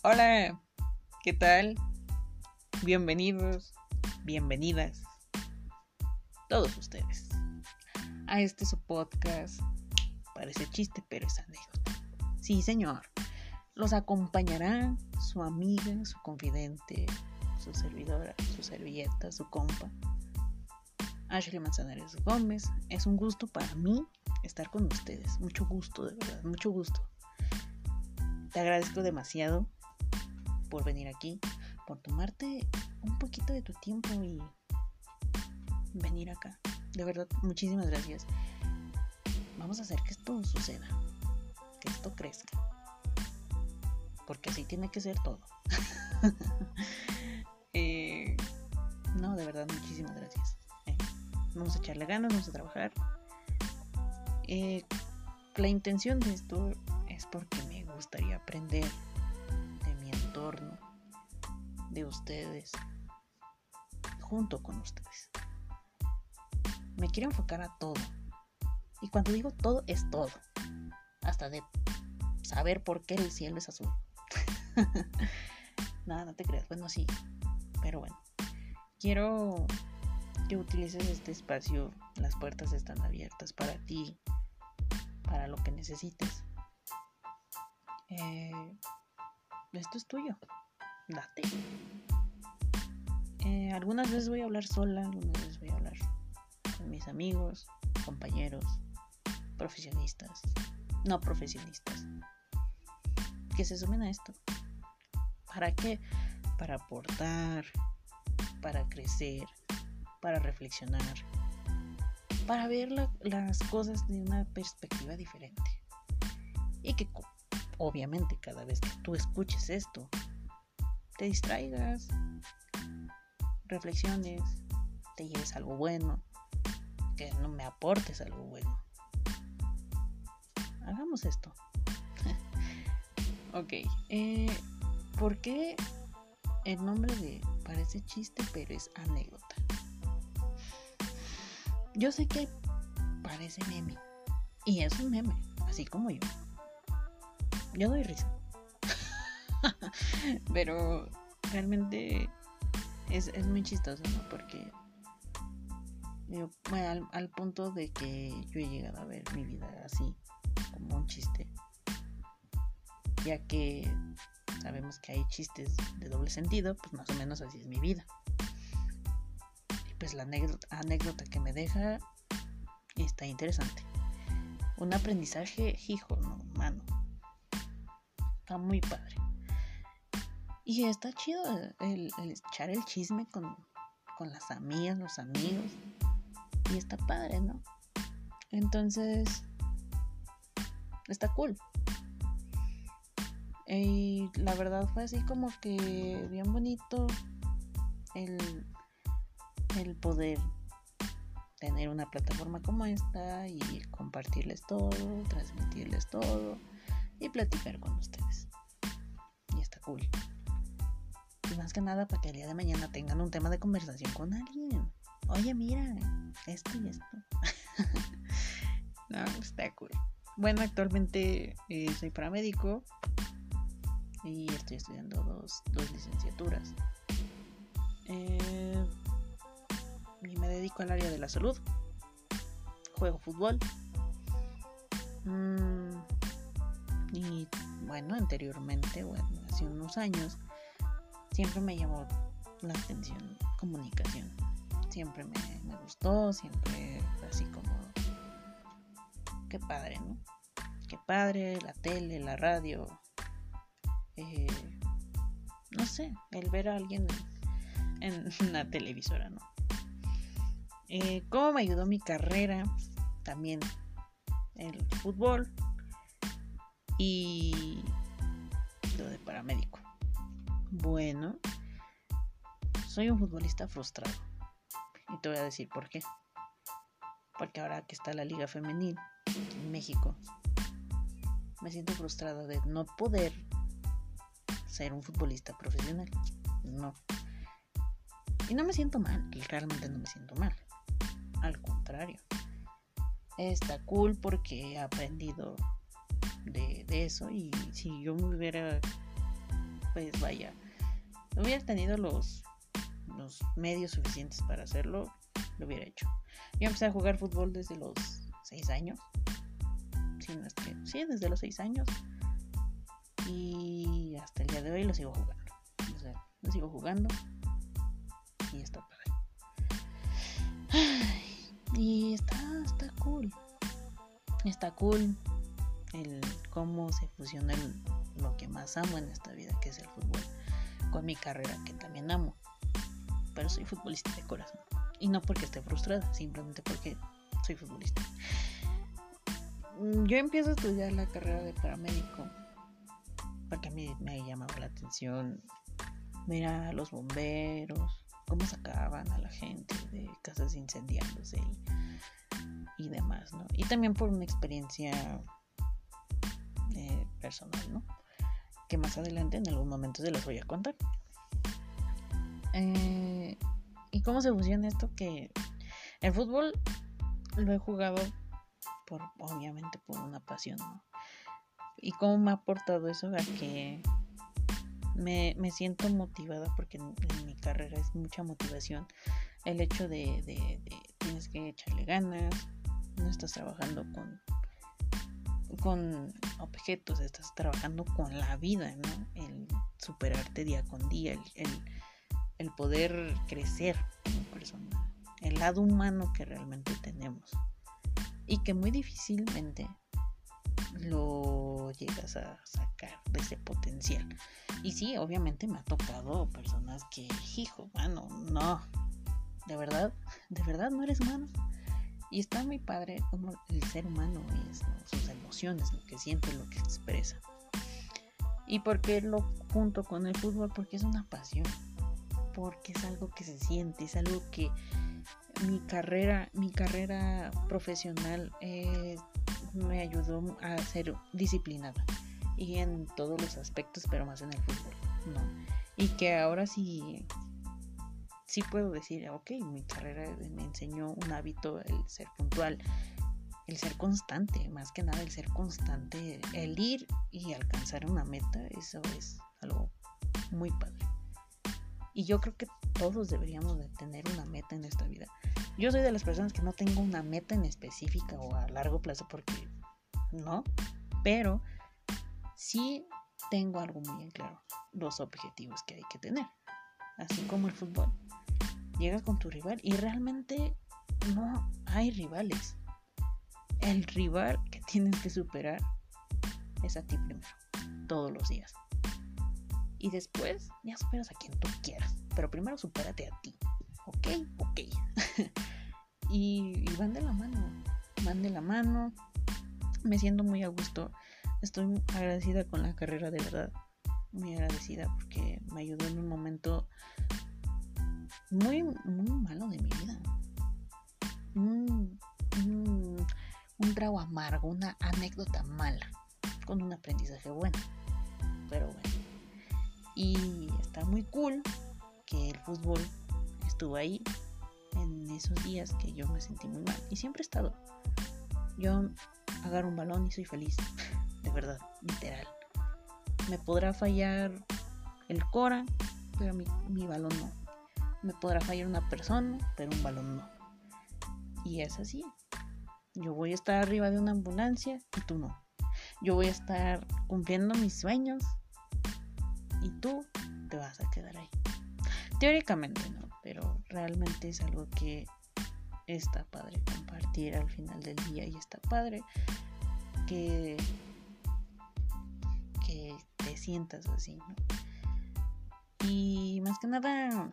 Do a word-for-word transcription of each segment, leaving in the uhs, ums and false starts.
Hola, ¿qué tal? Bienvenidos, bienvenidas, todos ustedes, a este su podcast. Parece chiste, pero es anécdota. Sí, señor, los acompañará su amiga, su confidente, su servidora, su servilleta, su compa, Ashley Manzanares Gómez. Es un gusto para mí estar con ustedes. Mucho gusto, de verdad, mucho gusto. Te agradezco demasiado por venir aquí, por tomarte un poquito de tu tiempo y venir acá. De verdad, muchísimas gracias. Vamos a hacer que esto suceda, que esto crezca, porque así tiene que ser todo. eh, no, de verdad, muchísimas gracias. Eh, vamos a echarle ganas, vamos a trabajar. Eh, la intención de esto es porque me gustaría aprender de mi entorno, de ustedes, junto con ustedes. Me quiero enfocar a todo. Y cuando digo todo, es todo. Hasta de saber por qué el cielo es azul. Nada, no te creas. Bueno, sí. Pero bueno. Quiero que utilices este espacio. Las puertas están abiertas para ti. Para lo que necesites. Eh, esto es tuyo. Date. Eh, algunas veces voy a hablar sola. Algunas veces voy a hablar con mis amigos, compañeros, profesionistas, no profesionistas, que se sumen a esto. ¿Para qué? Para aportar, para crecer, para reflexionar, para ver la, las cosas de una perspectiva diferente. Y que obviamente cada vez que tú escuches esto, te distraigas, reflexiones, te lleves algo bueno, que no me aportes algo bueno. Hagamos esto. Ok. Eh, ¿Por qué el nombre de parece chiste, pero es anécdota? Yo sé que parece meme. Y es un meme, así como yo. Yo doy risa. Pero realmente es, es muy chistoso, ¿no? Porque yo, bueno, al, al punto de que yo he llegado a ver mi vida así, como un chiste, ya que sabemos que hay chistes de doble sentido, pues más o menos así es mi vida. Y pues la anécdota, anécdota que me deja está interesante. Un aprendizaje, hijo, no, mano. Está muy padre. Y está chido el, el echar el chisme con, con las amigas, los amigos. Y está padre, ¿no? Entonces, está cool. Y la verdad fue así como que bien bonito el, el poder tener una plataforma como esta y compartirles todo, transmitirles todo y platicar con ustedes. Y está cool. Y más que nada para que el día de mañana tengan un tema de conversación con alguien. Oye, mira, esto y esto. No, está cool. Bueno, actualmente eh, soy paramédico y estoy estudiando dos, dos licenciaturas. Eh, y me dedico al área de la salud. Juego fútbol. Mm, y bueno, anteriormente, bueno, hace unos años, siempre me llamó la atención comunicación. Siempre me, me gustó, siempre fue así como, qué padre, ¿no? Qué padre, la tele, la radio. Eh, no sé, el ver a alguien en una televisora, ¿no? Eh, ¿Cómo me ayudó mi carrera? También el fútbol y lo de paramédico. Bueno, soy un futbolista frustrado y te voy a decir por qué. Porque ahora que está la liga femenil en México, me siento frustrado de no poder ser un futbolista profesional. No. Y no me siento mal, realmente no me siento mal. Al contrario. Está cool porque he aprendido de, de eso. Y si yo me hubiera pues vaya, hubiera tenido los, los medios suficientes para hacerlo, lo hubiera hecho. Yo empecé a jugar fútbol desde los seis años. Sí, no es que, sí, desde los seis años. Y hasta el día de hoy lo sigo jugando. O sea, lo sigo jugando. Y está padre. Ay, y está, está cool. Está cool el cómo se fusiona el, lo que más amo en esta vida, que es el fútbol, con mi carrera, que también amo. Pero soy futbolista de corazón. Y no porque esté frustrada, simplemente porque soy futbolista. Yo empiezo a estudiar la carrera de paramédico porque a mí me llamaba la atención ver a los bomberos, cómo sacaban a la gente de casas incendiándose y, y demás, ¿no? Y también por una experiencia eh, personal, ¿no? Que más adelante en algún momento se las voy a contar. Eh, ¿Y cómo se fusiona esto? Que el fútbol lo he jugado por, obviamente por una pasión, ¿no? Y cómo me ha aportado eso a que me, me siento motivada, porque en, en mi carrera es mucha motivación el hecho de, de, de tienes que echarle ganas, no estás trabajando con con objetos, estás trabajando con la vida, ¿no? El superarte día con día, el, el, el poder crecer como persona, el lado humano que realmente tenemos y que muy difícilmente lo llegas a sacar de ese potencial. Y sí, obviamente me ha tocado personas que, hijo, mano, no, de verdad, de verdad no eres humano. Y está muy padre como el ser humano es, ¿no? Sus emociones, lo que siente, lo que expresa. ¿Y por qué lo junto con el fútbol? Porque es una pasión, porque es algo que se siente, es algo que mi carrera, mi carrera profesional eh, me ayudó a ser disciplinada y en todos los aspectos, pero más en el fútbol, ¿no? Y que ahora sí, sí puedo decir, ok, mi carrera me enseñó un hábito, el ser puntual, el ser constante, más que nada el ser constante, el ir y alcanzar una meta, eso es algo muy padre. Y yo creo que todos deberíamos de tener una meta en esta vida. Yo soy de las personas que no tengo una meta en específica o a largo plazo, porque no, pero sí tengo algo muy en claro, los objetivos que hay que tener, así como el fútbol. Llegas con tu rival y realmente no hay rivales. El rival que tienes que superar es a ti primero, todos los días. Y después ya superas a quien tú quieras, pero primero supérate a ti. Ok, ok. y, y van de la mano, van de la mano. Me siento muy a gusto. Estoy agradecida con la carrera, de verdad. Muy agradecida porque me ayudó en un momento muy, muy malo de mi vida. Un, un, un trago amargo, una anécdota mala, con un aprendizaje bueno. Pero bueno. Y está muy cool que el fútbol estuvo ahí en esos días que yo me sentí muy mal. Y siempre he estado. Yo agarro un balón y soy feliz. De verdad, literal. Me podrá fallar el Cora, pero mi, mi balón no. Me podrá fallar una persona, pero un balón no. Y es así. Yo voy a estar arriba de una ambulancia y tú no. Yo voy a estar cumpliendo mis sueños y tú te vas a quedar ahí. Teóricamente no, pero realmente es algo que está padre compartir al final del día, y está padre que que te sientas así, ¿no? Y más que nada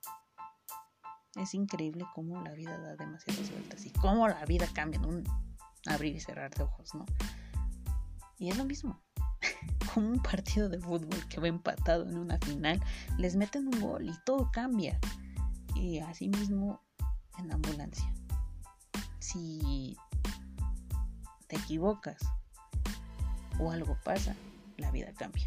es increíble cómo la vida da demasiadas vueltas y cómo la vida cambia en un abrir y cerrar de ojos, ¿no? Y es lo mismo. Como un partido de fútbol que va empatado en una final, les meten un gol y todo cambia. Y así mismo en la ambulancia, si te equivocas o algo pasa, la vida cambia.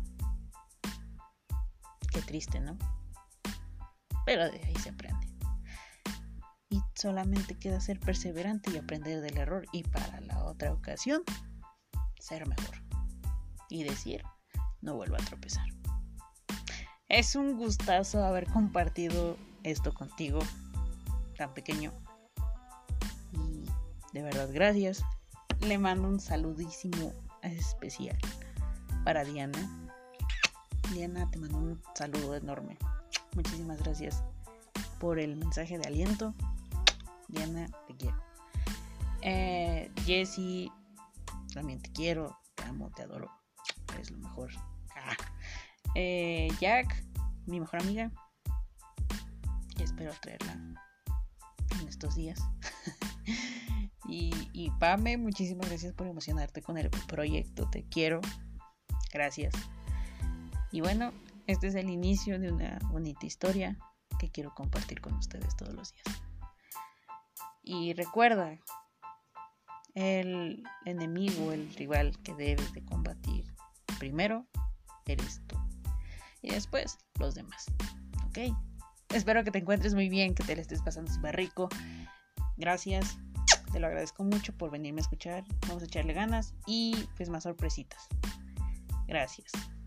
Qué triste, ¿no? Pero de ahí se aprende. Y solamente queda ser perseverante y aprender del error, y para la otra ocasión ser mejor y decir, no vuelvo a tropezar. Es un gustazo haber compartido esto contigo, tan pequeño. Y de verdad, gracias. Le mando un saludísimo especial para Diana. Diana, te mando un saludo enorme. Muchísimas gracias por el mensaje de aliento. Diana, te quiero. Eh, Jessie, también te quiero, te amo, te adoro. Eres lo mejor. Ah. Eh, Jack, mi mejor amiga. Y espero traerla en estos días. y, y Pame, muchísimas gracias por emocionarte con el proyecto. Te quiero. Gracias. Y bueno, este es el inicio de una bonita historia que quiero compartir con ustedes todos los días. Y recuerda, el enemigo, el rival que debes de combatir primero eres tú y después los demás, ¿ok? Espero que te encuentres muy bien, que te la estés pasando súper rico. Gracias, te lo agradezco mucho por venirme a escuchar. Vamos a echarle ganas y pues más sorpresitas. Gracias.